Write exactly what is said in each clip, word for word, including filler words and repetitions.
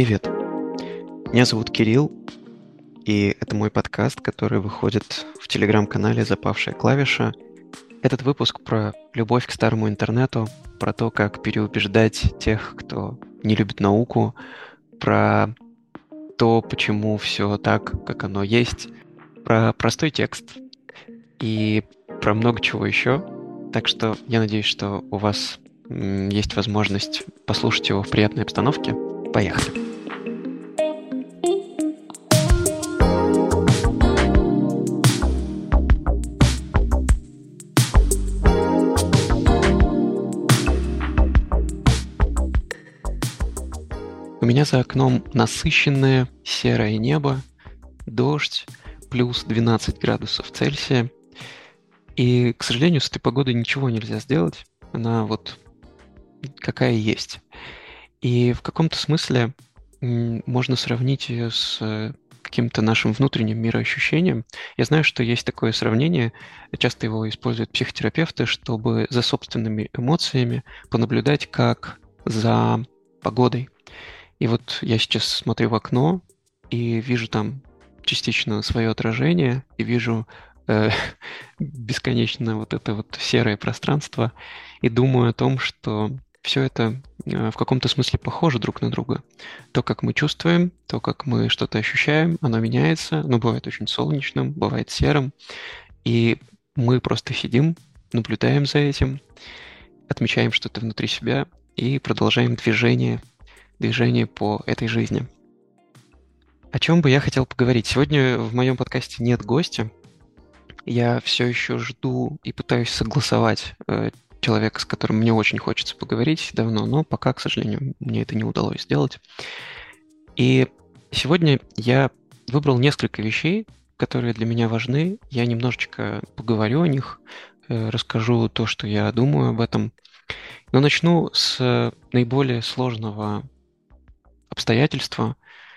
Привет, меня зовут Кирилл, и это мой подкаст, который выходит в телеграм-канале «Запавшая клавиша». Этот выпуск про любовь к старому интернету, про то, как переубеждать тех, кто не любит науку, про то, почему все так, как оно есть, про простой текст и про много чего еще. Так что я надеюсь, что у вас м, есть возможность послушать его в приятной обстановке. Поехали. У меня за окном насыщенное серое небо, дождь, плюс двенадцать градусов Цельсия. И, к сожалению, с этой погодой ничего нельзя сделать. Она вот какая есть. И в каком-то смысле м, можно сравнить ее с э, каким-то нашим внутренним мироощущением. Я знаю, что есть такое сравнение, часто его используют психотерапевты, чтобы за собственными эмоциями понаблюдать, как за погодой. И вот я сейчас смотрю в окно и вижу там частично свое отражение, и вижу э, бесконечно вот это вот серое пространство, и думаю о том, что все это э, в каком-то смысле похоже друг на друга. То, как мы чувствуем, то, как мы что-то ощущаем, оно меняется, оно бывает очень солнечным, бывает серым, и мы просто сидим, наблюдаем за этим, отмечаем что-то внутри себя и продолжаем движение движение по этой жизни. О чем бы я хотел поговорить? Сегодня в моем подкасте нет гостя. Я все еще жду и пытаюсь согласовать э, человека, с которым мне очень хочется поговорить давно, но пока, к сожалению, мне это не удалось сделать. И сегодня я выбрал несколько вещей, которые для меня важны. Я немножечко поговорю о них, э, расскажу то, что я думаю об этом. Но начну с наиболее сложного обстоятельства.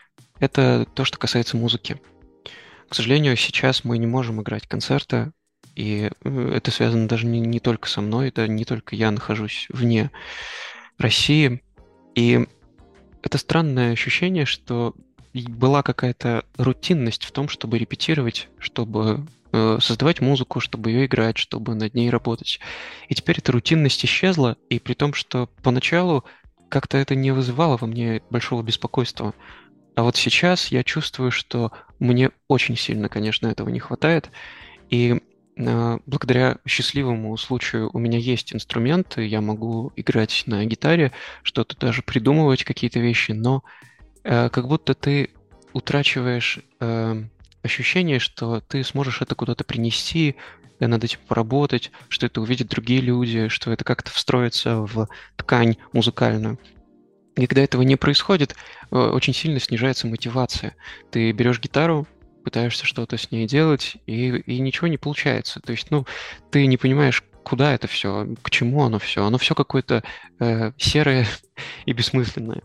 Это то, что касается музыки. К сожалению, сейчас мы не можем играть концерты, и э, это связано даже не, не только со мной, это не только я нахожусь вне России. И это странное ощущение, что и была какая-то рутинность в том, чтобы репетировать, чтобы э, создавать музыку, чтобы ее играть, чтобы над ней работать. И теперь эта рутинность исчезла, и при том, что поначалу как-то это не вызывало во мне большого беспокойства. А вот сейчас я чувствую, что мне очень сильно, конечно, этого не хватает. И э, благодаря счастливому случаю у меня есть инструменты, я могу играть на гитаре, что-то даже придумывать какие-то вещи, но э, как будто ты утрачиваешь э, ощущение, что ты сможешь это куда-то принести, э, над этим поработать, что это увидят другие люди, что это как-то встроится в ткань музыкальную. И когда этого не происходит, э, очень сильно снижается мотивация. Ты берешь гитару, пытаешься что-то с ней делать, и, и ничего не получается. То есть, ну, ты не понимаешь, куда это все, к чему оно все. Оно все какое-то э, серое и бессмысленное.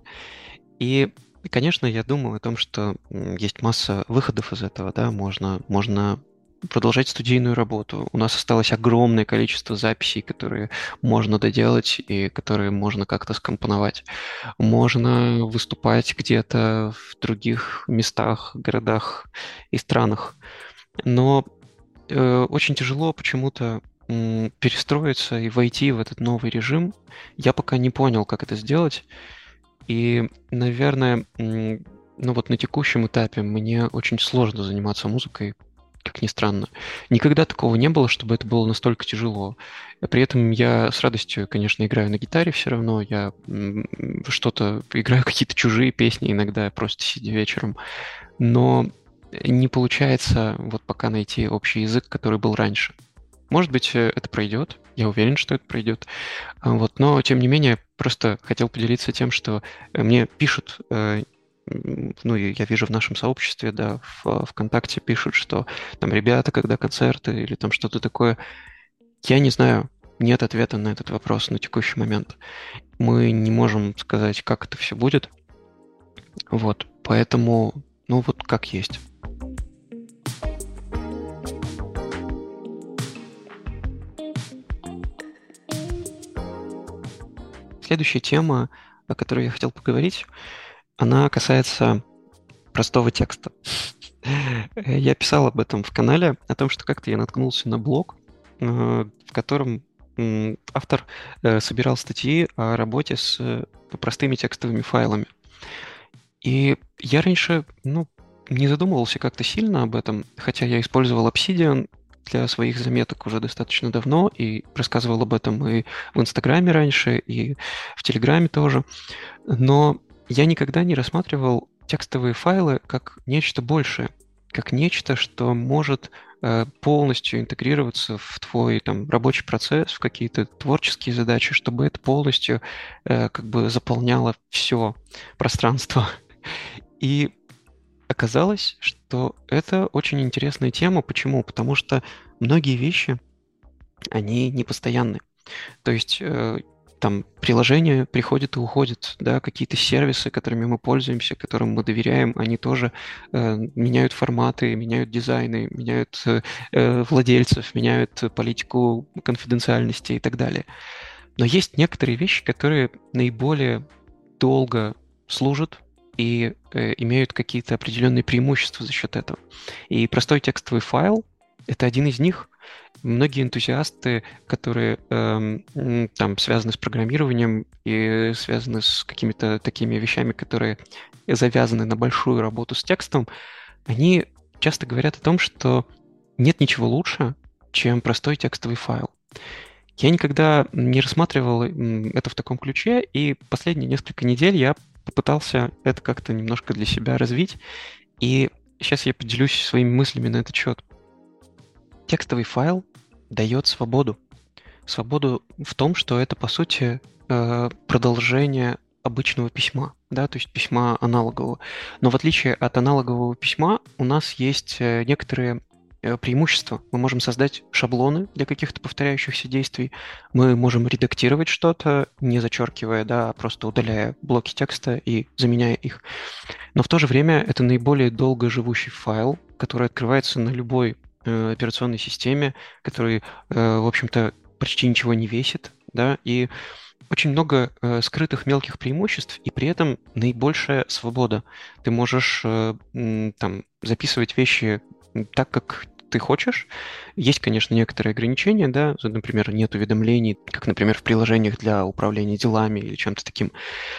И, конечно, я думаю о том, что м, есть масса выходов из этого, да, можно, можно продолжать студийную работу. У нас осталось огромное количество записей, которые можно доделать и которые можно как-то скомпоновать. Можно выступать где-то в других местах, городах и странах. Но э, очень тяжело почему-то м, перестроиться и войти в этот новый режим. Я пока не понял, как это сделать. И, наверное, м, ну вот на текущем этапе мне очень сложно заниматься музыкой, как ни странно. Никогда такого не было, чтобы это было настолько тяжело. При этом я с радостью, конечно, играю на гитаре все равно. Я м, что-то играю, какие-то чужие песни иногда, просто сидя вечером. Но не получается вот пока найти общий язык, который был раньше. Может быть, э, это пройдет. Я уверен, что это пройдет. А, Вот, но, тем не менее, просто хотел поделиться тем, что э, мне пишут, э, м, ну, и я вижу в нашем сообществе, да, в ВКонтакте пишут, что там ребята, когда концерты или там что-то такое. Я не знаю, нет ответа на этот вопрос на текущий момент. Мы не можем сказать, как это все будет. Вот, поэтому, ну, вот как есть. Следующая тема, о которой я хотел поговорить, она касается простого текста. Я писал об этом в канале, о том, что как-то я наткнулся на блог, э, в котором м, автор э, собирал статьи о работе с э, простыми текстовыми файлами. И я раньше, ну, не задумывался как-то сильно об этом, хотя я использовал Obsidian для своих заметок уже достаточно давно и рассказывал об этом и в Инстаграме раньше, и в Телеграме тоже. Но я никогда не рассматривал текстовые файлы как нечто большее, как нечто, что может э, полностью интегрироваться в твой там рабочий процесс, в какие-то творческие задачи, чтобы это полностью э, как бы заполняло все пространство. И оказалось, что это очень интересная тема. Почему? Потому что многие вещи, они непостоянны. То есть э, там приложения приходят и уходят, да, какие-то сервисы, которыми мы пользуемся, которым мы доверяем, они тоже э, меняют форматы, меняют дизайны, меняют э, э, владельцев, меняют политику конфиденциальности и так далее. Но есть некоторые вещи, которые наиболее долго служат и э, имеют какие-то определенные преимущества за счет этого. И простой текстовый файл — это один из них. Многие энтузиасты, которые эм, м, там связаны с программированием и связаны с какими-то такими вещами, которые завязаны на большую работу с текстом, они часто говорят о том, что нет ничего лучше, чем простой текстовый файл. Я никогда не рассматривал м, это в таком ключе, и последние несколько недель я попытался это как-то немножко для себя развить, и сейчас я поделюсь своими мыслями на этот счет. Текстовый файл дает свободу. Свободу в том, что это, по сути, э, продолжение обычного письма, да, то есть письма аналогового. Но в отличие от аналогового письма, у нас есть э, некоторые э, преимущества. Мы можем создать шаблоны для каких-то повторяющихся действий, мы можем редактировать что-то, не зачеркивая, да, а просто удаляя блоки текста и заменяя их. Но в то же время это наиболее долго живущий файл, который открывается на любой э, операционной системе, который, э, в общем-то, почти ничего не весит, да, и очень много э, скрытых мелких преимуществ, и при этом наибольшая свобода. Ты можешь э, м, там записывать вещи так, как ты хочешь. Есть, конечно, некоторые ограничения, да, например, нет уведомлений, как, например, в приложениях для управления делами или чем-то таким.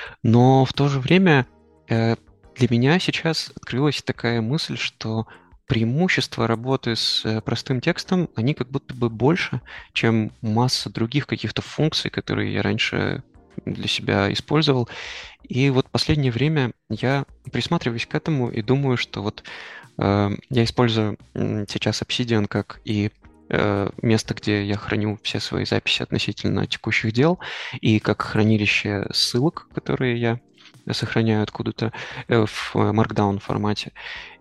Но в то же время э, для меня сейчас открылась такая мысль, что преимущества работы с э, простым текстом, они как будто бы больше, чем масса других каких-то функций, которые я раньше для себя использовал. И вот последнее время я присматриваюсь к этому и думаю, что вот э, я использую м, сейчас Obsidian как и э, место, где я храню все свои записи относительно текущих дел, и как хранилище ссылок, которые я сохраняю откуда-то э, в Markdown формате.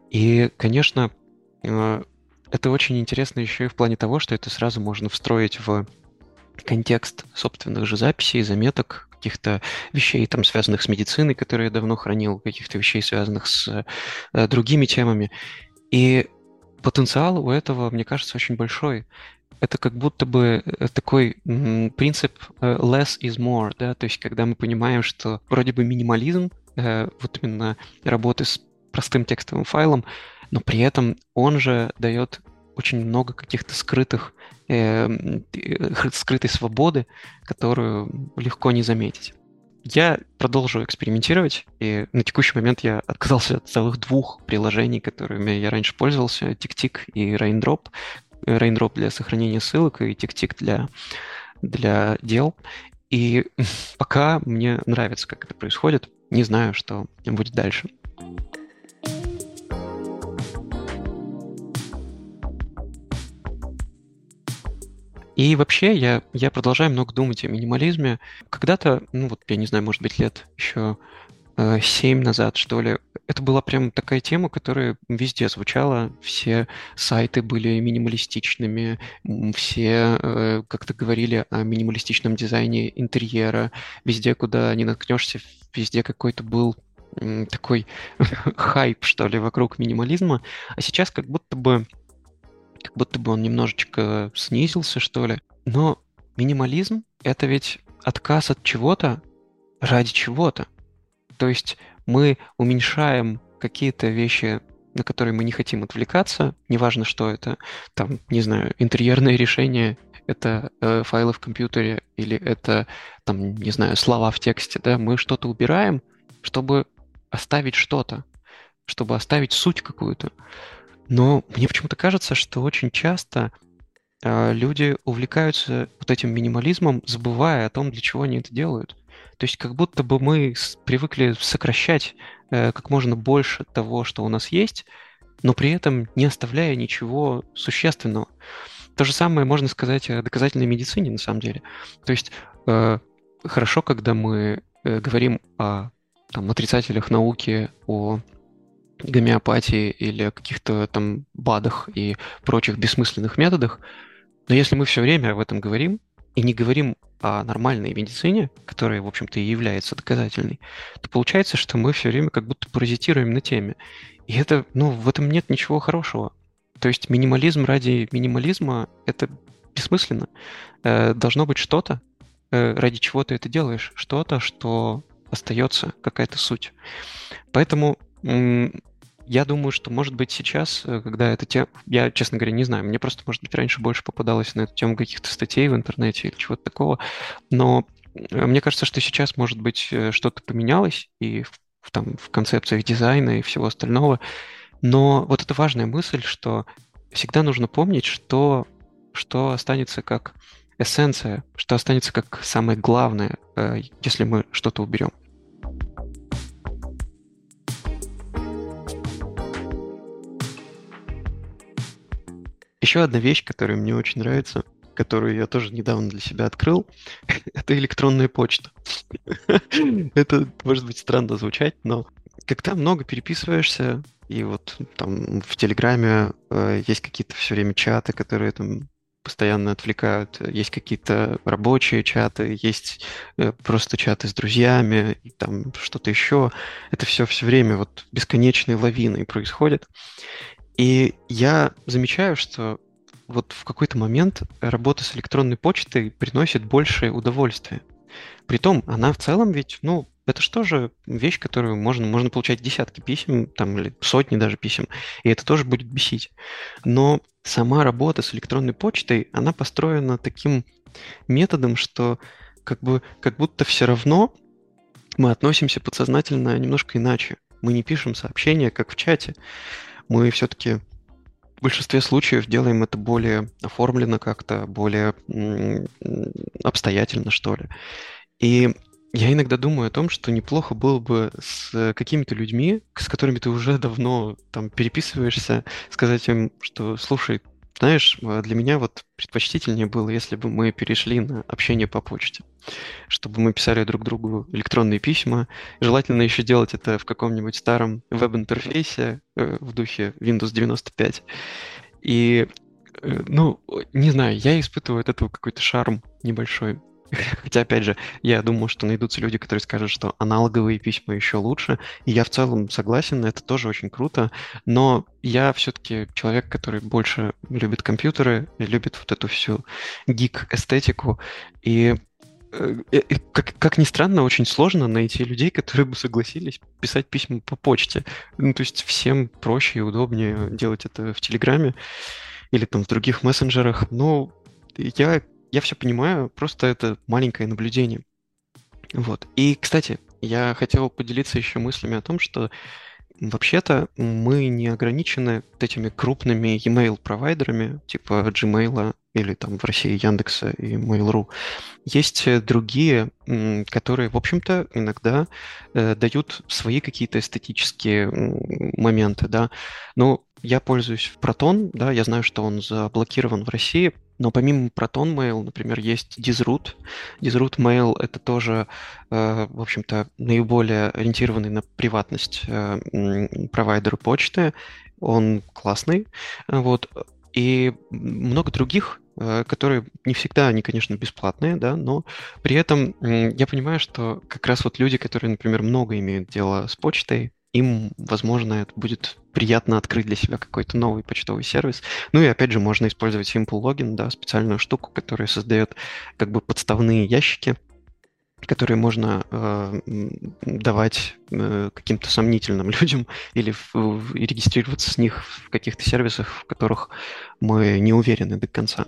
И, конечно, э, это очень интересно еще и в плане того, что это сразу можно встроить в контекст собственных же записей, заметок, каких-то вещей, там, связанных с медициной, которые я давно хранил, каких-то вещей, связанных с э, другими темами. И потенциал у этого, мне кажется, очень большой. Это как будто бы э, такой м, принцип э, less is more, да, то есть когда мы понимаем, что вроде бы минимализм, э, вот именно работы с простым текстовым файлом, но при этом он же дает очень много каких-то скрытых, э, м, э, скрытой свободы, которую легко не заметить. Я продолжу экспериментировать, и на текущий момент я отказался от целых двух приложений, которыми я раньше пользовался, TickTick и Raindrop. Raindrop для сохранения ссылок и TickTick для, для дел. И пока мне нравится, как это происходит. Не знаю, что будет дальше. И вообще я, я продолжаю много думать о минимализме. Когда-то, ну вот, я не знаю, может быть, лет еще э, семь назад, что ли, это была прям такая тема, которая везде звучала. Все сайты были минималистичными, м, все э, как-то говорили о минималистичном дизайне интерьера. Везде, куда не наткнешься, везде какой-то был м, такой хайп, что ли, вокруг минимализма. А сейчас как будто бы как будто бы он немножечко снизился, что ли. Но минимализм — это ведь отказ от чего-то ради чего-то. То есть мы уменьшаем какие-то вещи, на которые мы не хотим отвлекаться, неважно, что это, там, не знаю, интерьерное решение, это э, файлы в компьютере или это, там, не знаю, слова в тексте, да, мы что-то убираем, чтобы оставить что-то, чтобы оставить суть какую-то. Но мне почему-то кажется, что очень часто э, люди увлекаются вот этим минимализмом, забывая о том, для чего они это делают. То есть как будто бы мы с- привыкли сокращать э, как можно больше того, что у нас есть, но при этом не оставляя ничего существенного. То же самое можно сказать о доказательной медицине, на самом деле. То есть э, хорошо, когда мы э, говорим о там, отрицателях науки, о гомеопатии или о каких-то там БАДах и прочих бессмысленных методах, но если мы все время об этом говорим и не говорим о нормальной медицине, которая, в общем-то, и является доказательной, то получается, что мы все время как будто паразитируем на теме. И это, ну, в этом нет ничего хорошего. То есть минимализм ради минимализма — это бессмысленно. Э, Должно быть что-то, э, ради чего ты это делаешь, что-то, что остается, какая-то суть. Поэтому м, я думаю, что, может быть, сейчас, э, когда эта тема... Я, честно говоря, не знаю. Мне просто, может быть, раньше больше попадалось на эту тему каких-то статей в интернете или чего-то такого. Но э, мне кажется, что сейчас, может быть, э, что-то поменялось и в, в там, в концепциях дизайна и всего остального. Но вот это важная мысль, что всегда нужно помнить, что, что останется как эссенция, что останется как самое главное, э, если мы что-то уберем. Еще одна вещь, которая мне очень нравится, которую я тоже недавно для себя открыл, это электронная почта. Это может быть странно звучать, но когда много переписываешься, и вот там в Телеграме э, есть какие-то все время чаты, которые там постоянно отвлекают, есть какие-то рабочие чаты, есть э, просто чаты с друзьями, и там что-то еще. Это все все время вот бесконечной лавиной происходит. И я замечаю, что вот в какой-то момент работа с электронной почтой приносит большее удовольствие. Притом, она в целом ведь, ну, это же тоже вещь, которую можно, можно получать десятки писем, там, или сотни даже писем, и это тоже будет бесить. Но сама работа с электронной почтой, она построена таким методом, что как бы, как будто все равно мы относимся подсознательно немножко иначе. Мы не пишем сообщения, как в чате. Мы все-таки в большинстве случаев делаем это более оформленно как-то, более м, м, обстоятельно, что ли. И я иногда думаю о том, что неплохо было бы с какими-то людьми, с которыми ты уже давно там переписываешься, сказать им, что, слушай, знаешь, э, для меня вот предпочтительнее было, если бы мы перешли на общение по почте, чтобы мы писали друг другу электронные письма. Желательно еще делать это в каком-нибудь старом веб-интерфейсе э, в духе Windows девяносто пять. И, э, ну, не знаю, я испытываю от этого какой-то шарм небольшой. Хотя, опять же, я думаю, что найдутся люди, которые скажут, что аналоговые письма еще лучше. И я в целом согласен, это тоже очень круто. Но я все-таки человек, который больше любит компьютеры, и любит вот эту всю гик-эстетику. И э, э, как, как ни странно, очень сложно найти людей, которые бы согласились писать письма по почте. Ну, то есть всем проще и удобнее делать это в Телеграме или там в других мессенджерах. Ну, я, я все понимаю, просто это маленькое наблюдение. Вот. И, кстати, я хотел поделиться еще мыслями о том, что вообще-то мы не ограничены вот этими крупными e-mail провайдерами типа Gmail или там в России Яндекса и Mail.ru. Есть э, другие, м, которые, в общем-то, иногда э, дают свои какие-то эстетические м, моменты, да. Ну, я пользуюсь Proton, да, я знаю, что он заблокирован в России, но помимо Proton Mail, например, есть Disroot. Disroot Mail — это тоже, э, в общем-то, наиболее ориентированный на приватность э, м, провайдер почты. Он классный, э, вот. И много других, э, которые не всегда, они, конечно, бесплатные, да, но при этом м, я понимаю, что как раз вот люди, которые, например, много имеют дело с почтой, им, возможно, это будет приятно открыть для себя какой-то новый почтовый сервис. Ну и опять же, можно использовать Simple Login, да, специальную штуку, которая создает как бы подставные ящики, которые можно э, давать э, каким-то сомнительным людям или в, в, и регистрироваться с них в каких-то сервисах, в которых мы не уверены до конца.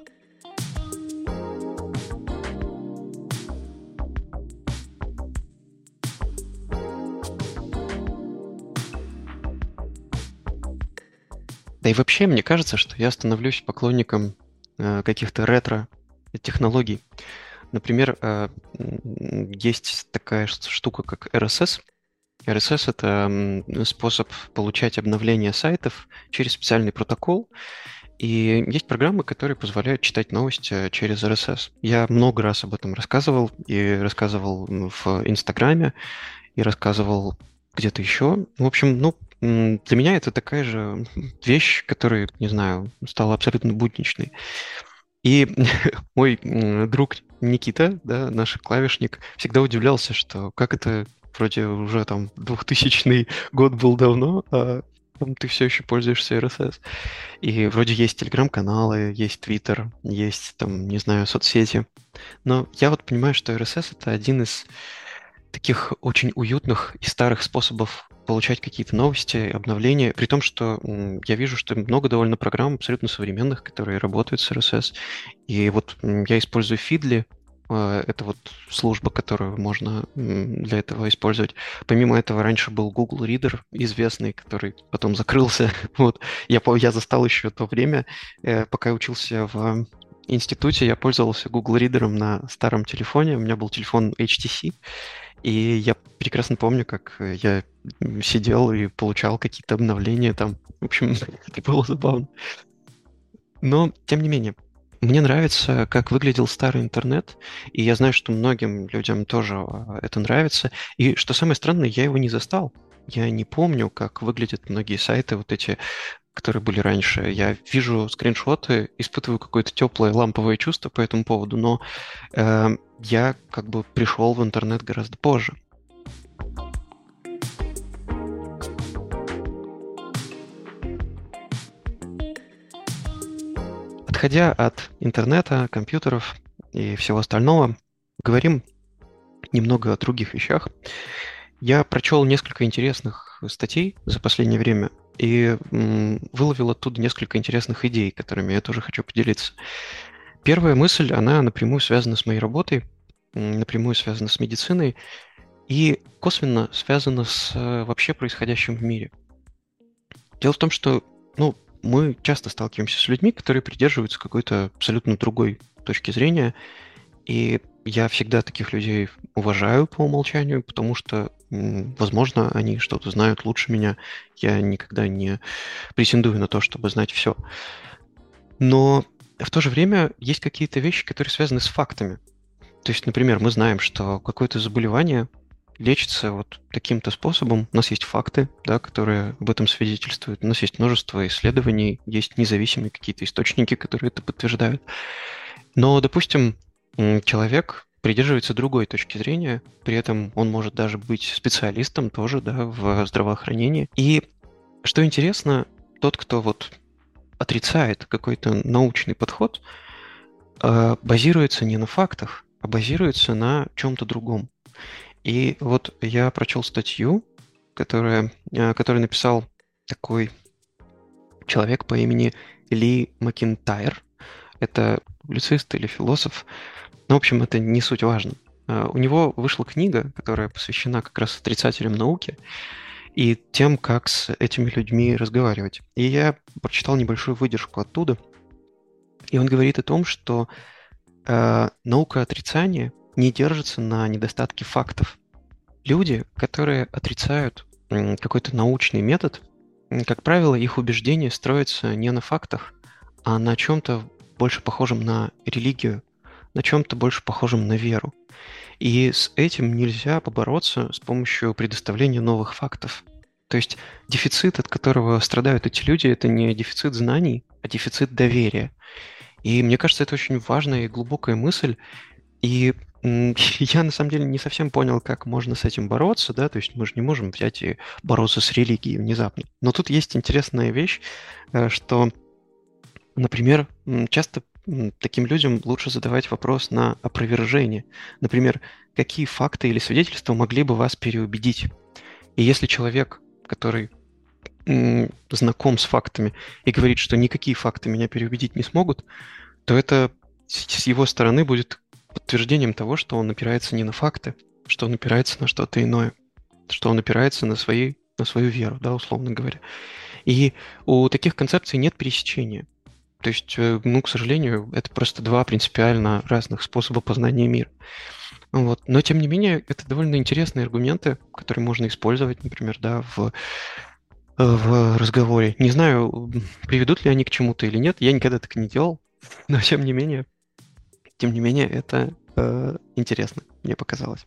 Да и вообще, мне кажется, что я становлюсь поклонником э, каких-то ретро-технологий. Например, э, есть такая штука, как эр эс эс. эр эс эс — это способ получать обновления сайтов через специальный протокол. И есть программы, которые позволяют читать новости через эр эс эс. Я много раз об этом рассказывал, и рассказывал в Инстаграме, и рассказывал где-то еще. В общем, ну, для меня это такая же вещь, которая, не знаю, стала абсолютно будничной. И мой друг Никита, да, наш клавишник, всегда удивлялся, что как это вроде уже там двухтысячный год был давно, а там ты все еще пользуешься эр эс эс. И вроде есть телеграм-каналы, есть Твиттер, есть там, не знаю, соцсети. Но я вот понимаю, что эр эс эс — это один из таких очень уютных и старых способов получать какие-то новости, обновления, при том, что м, я вижу, что много довольно программ абсолютно современных, которые работают с эр эс эс. И вот м, я использую Feedly, э, это вот служба, которую можно м, для этого использовать. Помимо этого, раньше был Google Reader, известный, который потом закрылся. Вот. Я, по- я застал еще то время, э, пока я учился в институте, я пользовался Google Reader на старом телефоне. У меня был телефон эйч ти си, и я прекрасно помню, как э, я сидел и получал какие-то обновления там. В общем, это было забавно. Но, тем не менее, мне нравится, как выглядел старый интернет, и я знаю, что многим людям тоже а, это нравится. И что самое странное, я его не застал. Я не помню, как выглядят многие сайты, вот эти, которые были раньше. Я вижу скриншоты, испытываю какое-то теплое ламповое чувство по этому поводу, но э, я как бы пришел в интернет гораздо позже. Отходя от интернета, компьютеров и всего остального, говорим немного о других вещах. Я прочел несколько интересных статей за последнее время и м, выловил оттуда несколько интересных идей, которыми я тоже хочу поделиться. Первая мысль, она напрямую связана с моей работой, м, напрямую связана с медициной и косвенно связана с э, вообще происходящим в мире. Дело в том, что, ну, мы часто сталкиваемся с людьми, которые придерживаются какой-то абсолютно другой точки зрения, и я всегда таких людей уважаю по умолчанию, потому что, м, возможно, они что-то знают лучше меня. Я никогда не претендую на то, чтобы знать все. Но в то же время есть какие-то вещи, которые связаны с фактами. То есть, например, мы знаем, что какое-то заболевание лечится вот таким-то способом. У нас есть факты, да, которые об этом свидетельствуют. У нас есть множество исследований, есть независимые какие-то источники, которые это подтверждают. Но, допустим, м, человек придерживается другой точки зрения, при этом он может даже быть специалистом тоже, да, в здравоохранении. И что интересно, тот, кто вот отрицает какой-то научный подход, э, базируется не на фактах, а базируется на чем-то другом. И вот я прочел статью, которая, э, которую написал такой человек по имени Ли Макинтайр. Это публицист или философ. Ну, в общем, это не суть важно. Э, У него вышла книга, которая посвящена как раз отрицателям науки и тем, как с этими людьми разговаривать. И я прочитал небольшую выдержку оттуда, и он говорит о том, что э, наука отрицания не держится на недостатке фактов. Люди, которые отрицают м, какой-то научный метод, м, как правило, их убеждения строятся не на фактах, а на чем-то больше похожем на религию, на чем-то больше похожем на веру. И с этим нельзя побороться с помощью предоставления новых фактов. То есть дефицит, от которого страдают эти люди, это не дефицит знаний, а дефицит доверия. И мне кажется, это очень важная и глубокая мысль. И м, я на самом деле не совсем понял, как можно с этим бороться, да, то есть мы же не можем взять и бороться с религией внезапно. Но тут есть интересная вещь, э, что, например, м, часто таким людям лучше задавать вопрос на опровержение. Например, какие факты или свидетельства могли бы вас переубедить? И если человек, который м, знаком с фактами и говорит, что никакие факты меня переубедить не смогут, то это с с его стороны будет подтверждением того, что он опирается не на факты, что он опирается на что-то иное, что он опирается на свои, на свою веру, да, условно говоря. И у таких концепций нет пересечения. То есть, э, ну, к сожалению, это просто два принципиально разных способа познания мира. Вот. Но, тем не менее, это довольно интересные аргументы, которые можно использовать, например, да, в, э, в разговоре. Не знаю, м, приведут ли они к чему-то или нет, я никогда так не делал, но, тем не менее, тем не менее, это э, интересно, мне показалось.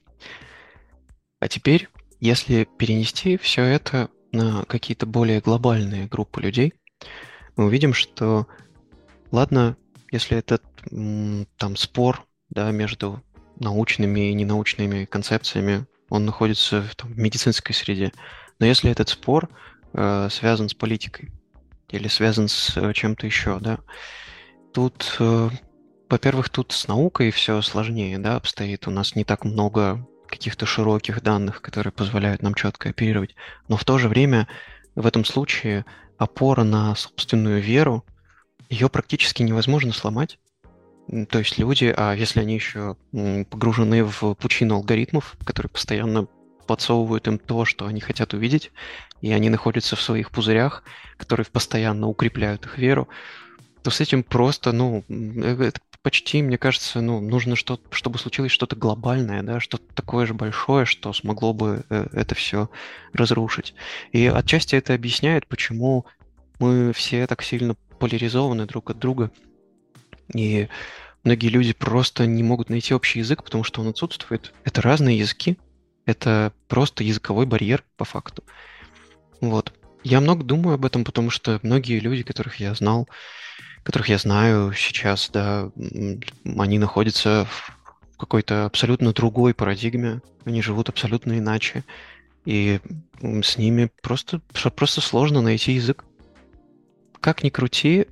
А теперь, если перенести все это на какие-то более глобальные группы людей, мы увидим, что ладно, если этот м, там спор, да, между научными и ненаучными концепциями, он находится в, там, в медицинской среде, но если этот спор э, связан с политикой или связан с э, чем-то еще, да, тут, э, во-первых, тут с наукой все сложнее, да, обстоит. У нас не так много каких-то широких данных, которые позволяют нам четко оперировать, но в то же время в этом случае опора на собственную веру, ее практически невозможно сломать. М, То есть люди, а если они еще м, погружены в пучину алгоритмов, которые постоянно подсовывают им то, что они хотят увидеть, и они находятся в своих пузырях, которые постоянно укрепляют их веру, то с этим просто, ну, м, э, это почти, мне кажется, ну, нужно, что, чтобы случилось что-то глобальное, да, что-то такое же большое, что смогло бы э, это все разрушить. И отчасти это объясняет, почему мы все так сильно поляризованы друг от друга, и многие люди просто не могут найти общий язык, потому что он отсутствует. Это разные языки, это просто языковой барьер по факту. Вот. Я много думаю об этом, потому что многие люди, которых я знал, которых я знаю сейчас, да, м, они находятся в какой-то абсолютно другой парадигме, они живут абсолютно иначе, и м, с ними просто, просто сложно найти язык. Как ни крути,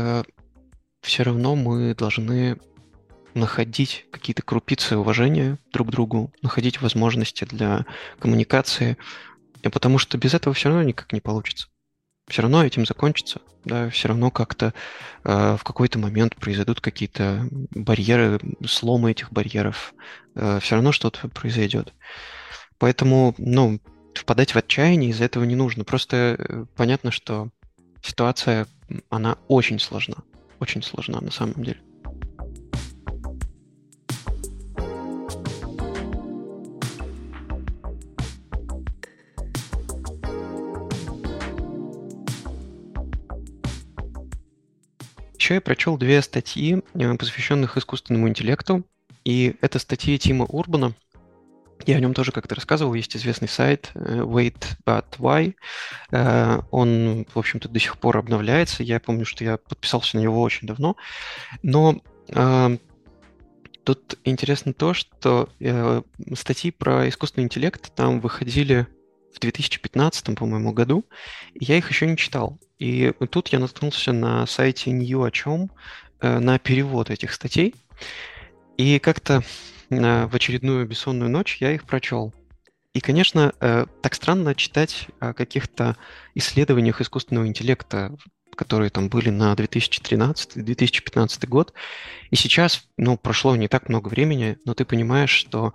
все равно мы должны находить какие-то крупицы уважения друг к другу, находить возможности для коммуникации, и потому что без этого все равно никак не получится. Все равно этим закончится, да, все равно как-то э, в какой-то момент произойдут какие-то барьеры, сломы этих барьеров, э, все равно что-то произойдет. Поэтому, ну, впадать в отчаяние из-за этого не нужно. Просто э, понятно, что ситуация, м, она очень сложна, очень сложна на самом деле. Еще я прочел две статьи, э, посвященных искусственному интеллекту, и это статьи Тима Урбана. Я о нем тоже как-то рассказывал, есть известный сайт э, Wait But Why. Э, Он, в общем-то, до сих пор обновляется. Я помню, что я подписался на него очень давно. Но э, тут интересно то, что э, статьи про искусственный интеллект там выходили в две тысячи пятнадцатом, по-моему, году, и я их еще не читал. И тут я наткнулся на сайте New о чем э, на перевод этих статей, и как-то э, в очередную бессонную ночь я их прочел. И, конечно, э, так странно читать о каких-то исследованиях искусственного интеллекта, которые там были на две тысячи тринадцатый - две тысячи пятнадцатый год. И сейчас, ну, прошло не так много времени, но ты понимаешь, что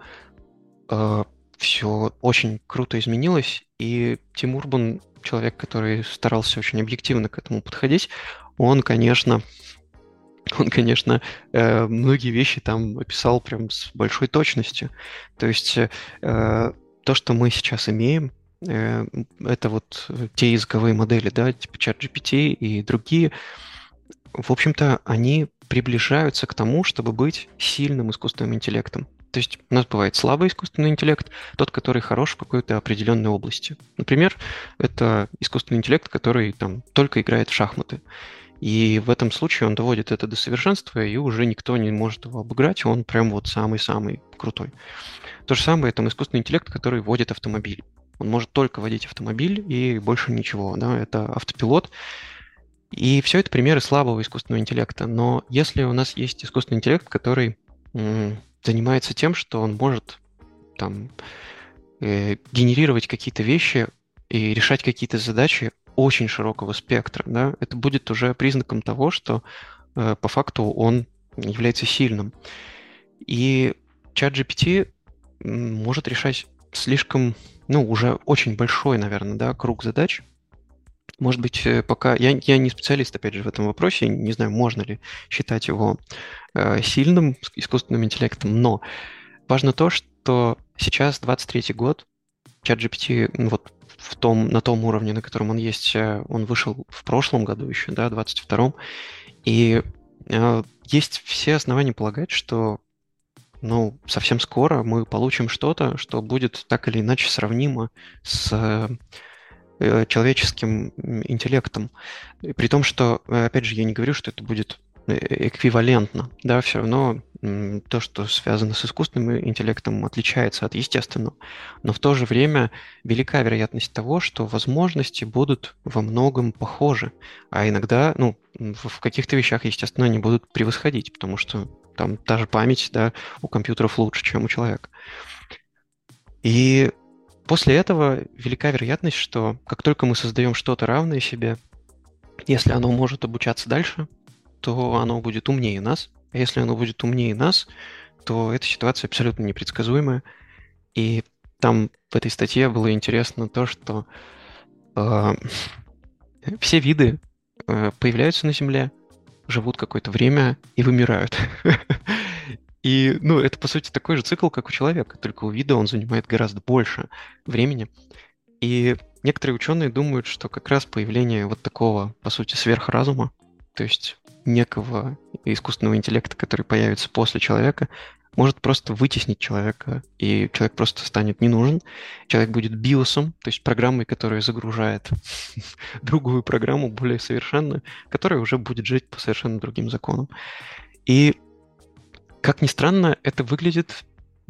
все очень круто изменилось, и Тим Урбан, человек, который старался очень объективно к этому подходить, он, конечно, он, конечно, э, многие вещи там описал прям с большой точностью. То есть э, то, что мы сейчас имеем, э, это вот те языковые модели, да, типа ChatGPT и другие, в общем-то, они приближаются к тому, чтобы быть сильным искусственным интеллектом. То есть у нас бывает слабый искусственный интеллект, тот, который хорош в какой-то определенной области. Например, это искусственный интеллект, который там только играет в шахматы. И в этом случае он доводит это до совершенства, и уже никто не может его обыграть, он прям вот самый-самый крутой. То же самое, там искусственный интеллект, который водит автомобиль. Он может только водить автомобиль и больше ничего, да, это автопилот. И все это примеры слабого искусственного интеллекта. Но если у нас есть искусственный интеллект, который м, занимается тем, что он может там э, генерировать какие-то вещи и решать какие-то задачи очень широкого спектра, да, это будет уже признаком того, что э, по факту он является сильным. И ChatGPT м, может решать слишком, ну, уже очень большой, наверное, да, круг задач. Может быть, э, пока... Я, я не специалист, опять же, в этом вопросе, не знаю, можно ли считать его э, сильным искусственным интеллектом, но важно то, что сейчас двадцать третий год, ChatGPT ну, вот в том, на том уровне, на котором он есть, э, он вышел в прошлом году еще, да, двадцать втором, и э, есть все основания полагать, что ну, совсем скоро мы получим что-то, что будет так или иначе сравнимо с э, человеческим интеллектом. И при том, что, э, опять же, я не говорю, что это будет э, эквивалентно, да, все равно м, то, что связано с искусственным интеллектом, отличается от естественного. Но в то же время велика вероятность того, что возможности будут во многом похожи, а иногда, ну, в в каких-то вещах, естественно, они будут превосходить, потому что там та же память, да, у компьютеров лучше, чем у человека. И после этого велика вероятность, что как только мы создаем что-то равное себе, если оно может обучаться дальше, то оно будет умнее нас. А если оно будет умнее нас, то эта ситуация абсолютно непредсказуемая. И там в этой статье было интересно то, что э, все виды э, появляются на Земле, живут какое-то время и вымирают. И, ну, это, по сути, такой же цикл, как у человека, только у вида он занимает гораздо больше времени. И некоторые ученые думают, что как раз появление вот такого, по сути, сверхразума, то есть некого искусственного интеллекта, который появится после человека, может просто вытеснить человека, и человек просто станет не нужен. Человек будет биосом, то есть программой, которая загружает другую программу, более совершенную, которая уже будет жить по совершенно другим законам. И, как ни странно, это выглядит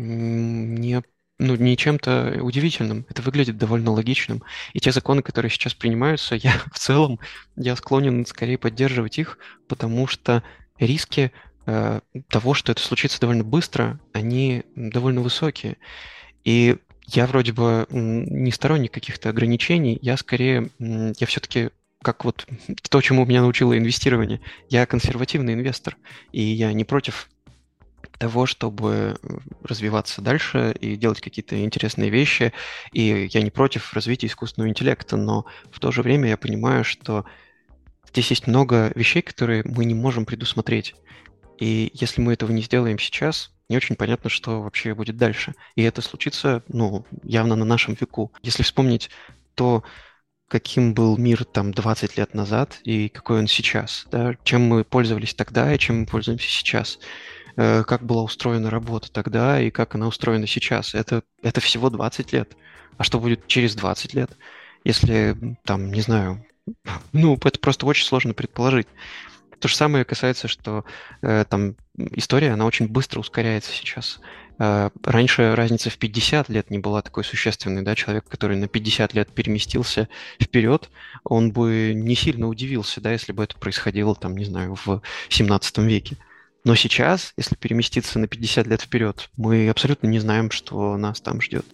м, не ну, не чем-то удивительным. Это выглядит довольно логичным. И те законы, которые сейчас принимаются, я в целом я склонен скорее поддерживать их, потому что риски э, того, что это случится довольно быстро, они довольно высокие. И я вроде бы м, не сторонник каких-то ограничений, я скорее, м, я все-таки как вот то, чему меня научило инвестирование. Я консервативный инвестор, и я не против того, чтобы э, развиваться дальше и делать какие-то интересные вещи. И я не против развития искусственного интеллекта, но в то же время я понимаю, что здесь есть много вещей, которые мы не можем предусмотреть. И если мы этого не сделаем сейчас, не очень понятно, что вообще будет дальше. И это случится, ну, явно на нашем веку. Если вспомнить то, каким был мир там двадцать лет назад и какой он сейчас, да, чем мы пользовались тогда и чем мы пользуемся сейчас, э, как была устроена работа тогда и как она устроена сейчас. Это, это всего двадцать лет. А что будет через двадцать лет, если там, не знаю, ну, это просто очень сложно предположить. То же самое касается, что э, там история, она очень быстро ускоряется сейчас. Э, раньше разница в пятьдесят лет не была такой существенной, да, человек, который на пятьдесят лет переместился вперед, он бы не сильно удивился, да, если бы это происходило, там, не знаю, в семнадцатом веке. Но сейчас, если переместиться на пятьдесят лет вперед, мы абсолютно не знаем, что нас там ждет.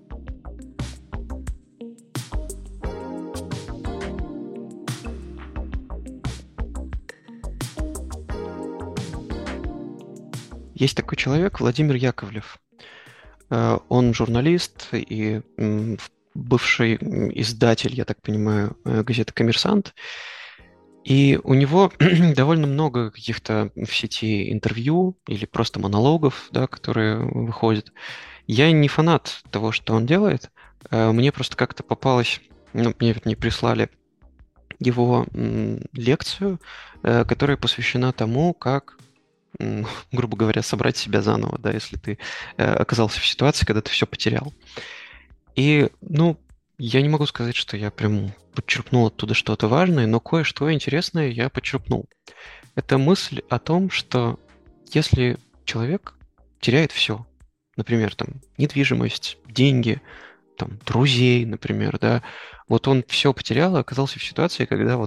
Есть такой человек, Владимир Яковлев. Э, Он журналист и м, в- бывший м, издатель, я так понимаю, э, газеты «Коммерсант». И у него довольно много каких-то в сети интервью или просто монологов, да, которые выходят. Я не фанат того, что он делает. Э, Мне просто как-то попалось, ну, мне не прислали его м, лекцию, э, которая посвящена тому, как, м, грубо говоря, собрать себя заново, да, если ты э, оказался в ситуации, когда ты все потерял. И, ну, я не могу сказать, что я прям подчерпнул оттуда что-то важное, но кое-что интересное я подчерпнул. Это мысль о том, что если человек теряет все, например, там, недвижимость, деньги, там, друзей, например, да, вот он все потерял и оказался в ситуации, когда вот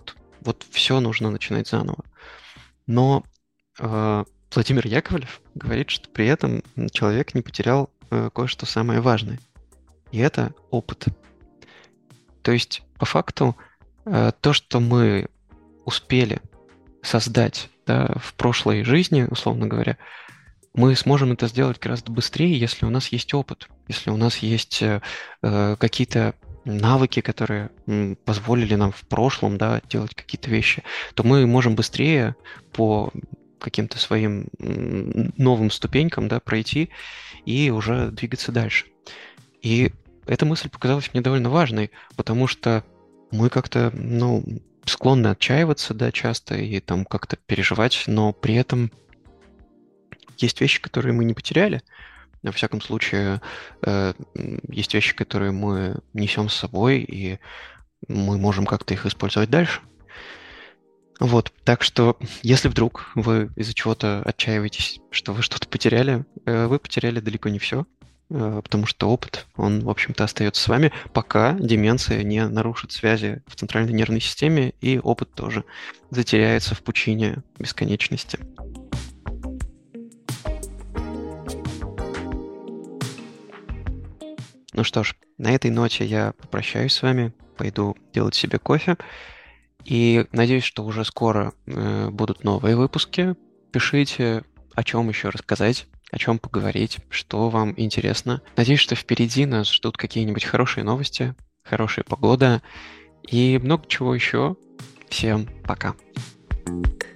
вот все нужно начинать заново. Но э, Владимир Яковлев говорит, что при этом человек не потерял э, кое-что самое важное. И это опыт. То есть, по факту, э, то, что мы успели создать, да, в прошлой жизни, условно говоря, мы сможем это сделать гораздо быстрее, если у нас есть опыт, если у нас есть э, э, какие-то навыки, которые м, позволили нам в прошлом, да, делать какие-то вещи, то мы можем быстрее по каким-то своим м, новым ступенькам, да, пройти и уже двигаться дальше. И эта мысль показалась мне довольно важной, потому что мы как-то, ну, склонны отчаиваться, да, часто и там как-то переживать, но при этом есть вещи, которые мы не потеряли. Во всяком случае, э, м, есть вещи, которые мы несем с собой, и мы можем как-то их использовать дальше. Вот, так что, если вдруг вы из-за чего-то отчаиваетесь, что вы что-то потеряли, э, вы потеряли далеко не все, э, потому что опыт, он, в общем-то, остается с вами, пока деменция не нарушит связи в центральной нервной системе, и опыт тоже затеряется в пучине бесконечности. Ну что ж, на этой ноте я попрощаюсь с вами, пойду делать себе кофе. И надеюсь, что уже скоро э, будут новые выпуски. Пишите, о чем еще рассказать, о чем поговорить, что вам интересно. Надеюсь, что впереди нас ждут какие-нибудь хорошие новости, хорошая погода и много чего еще. Всем пока.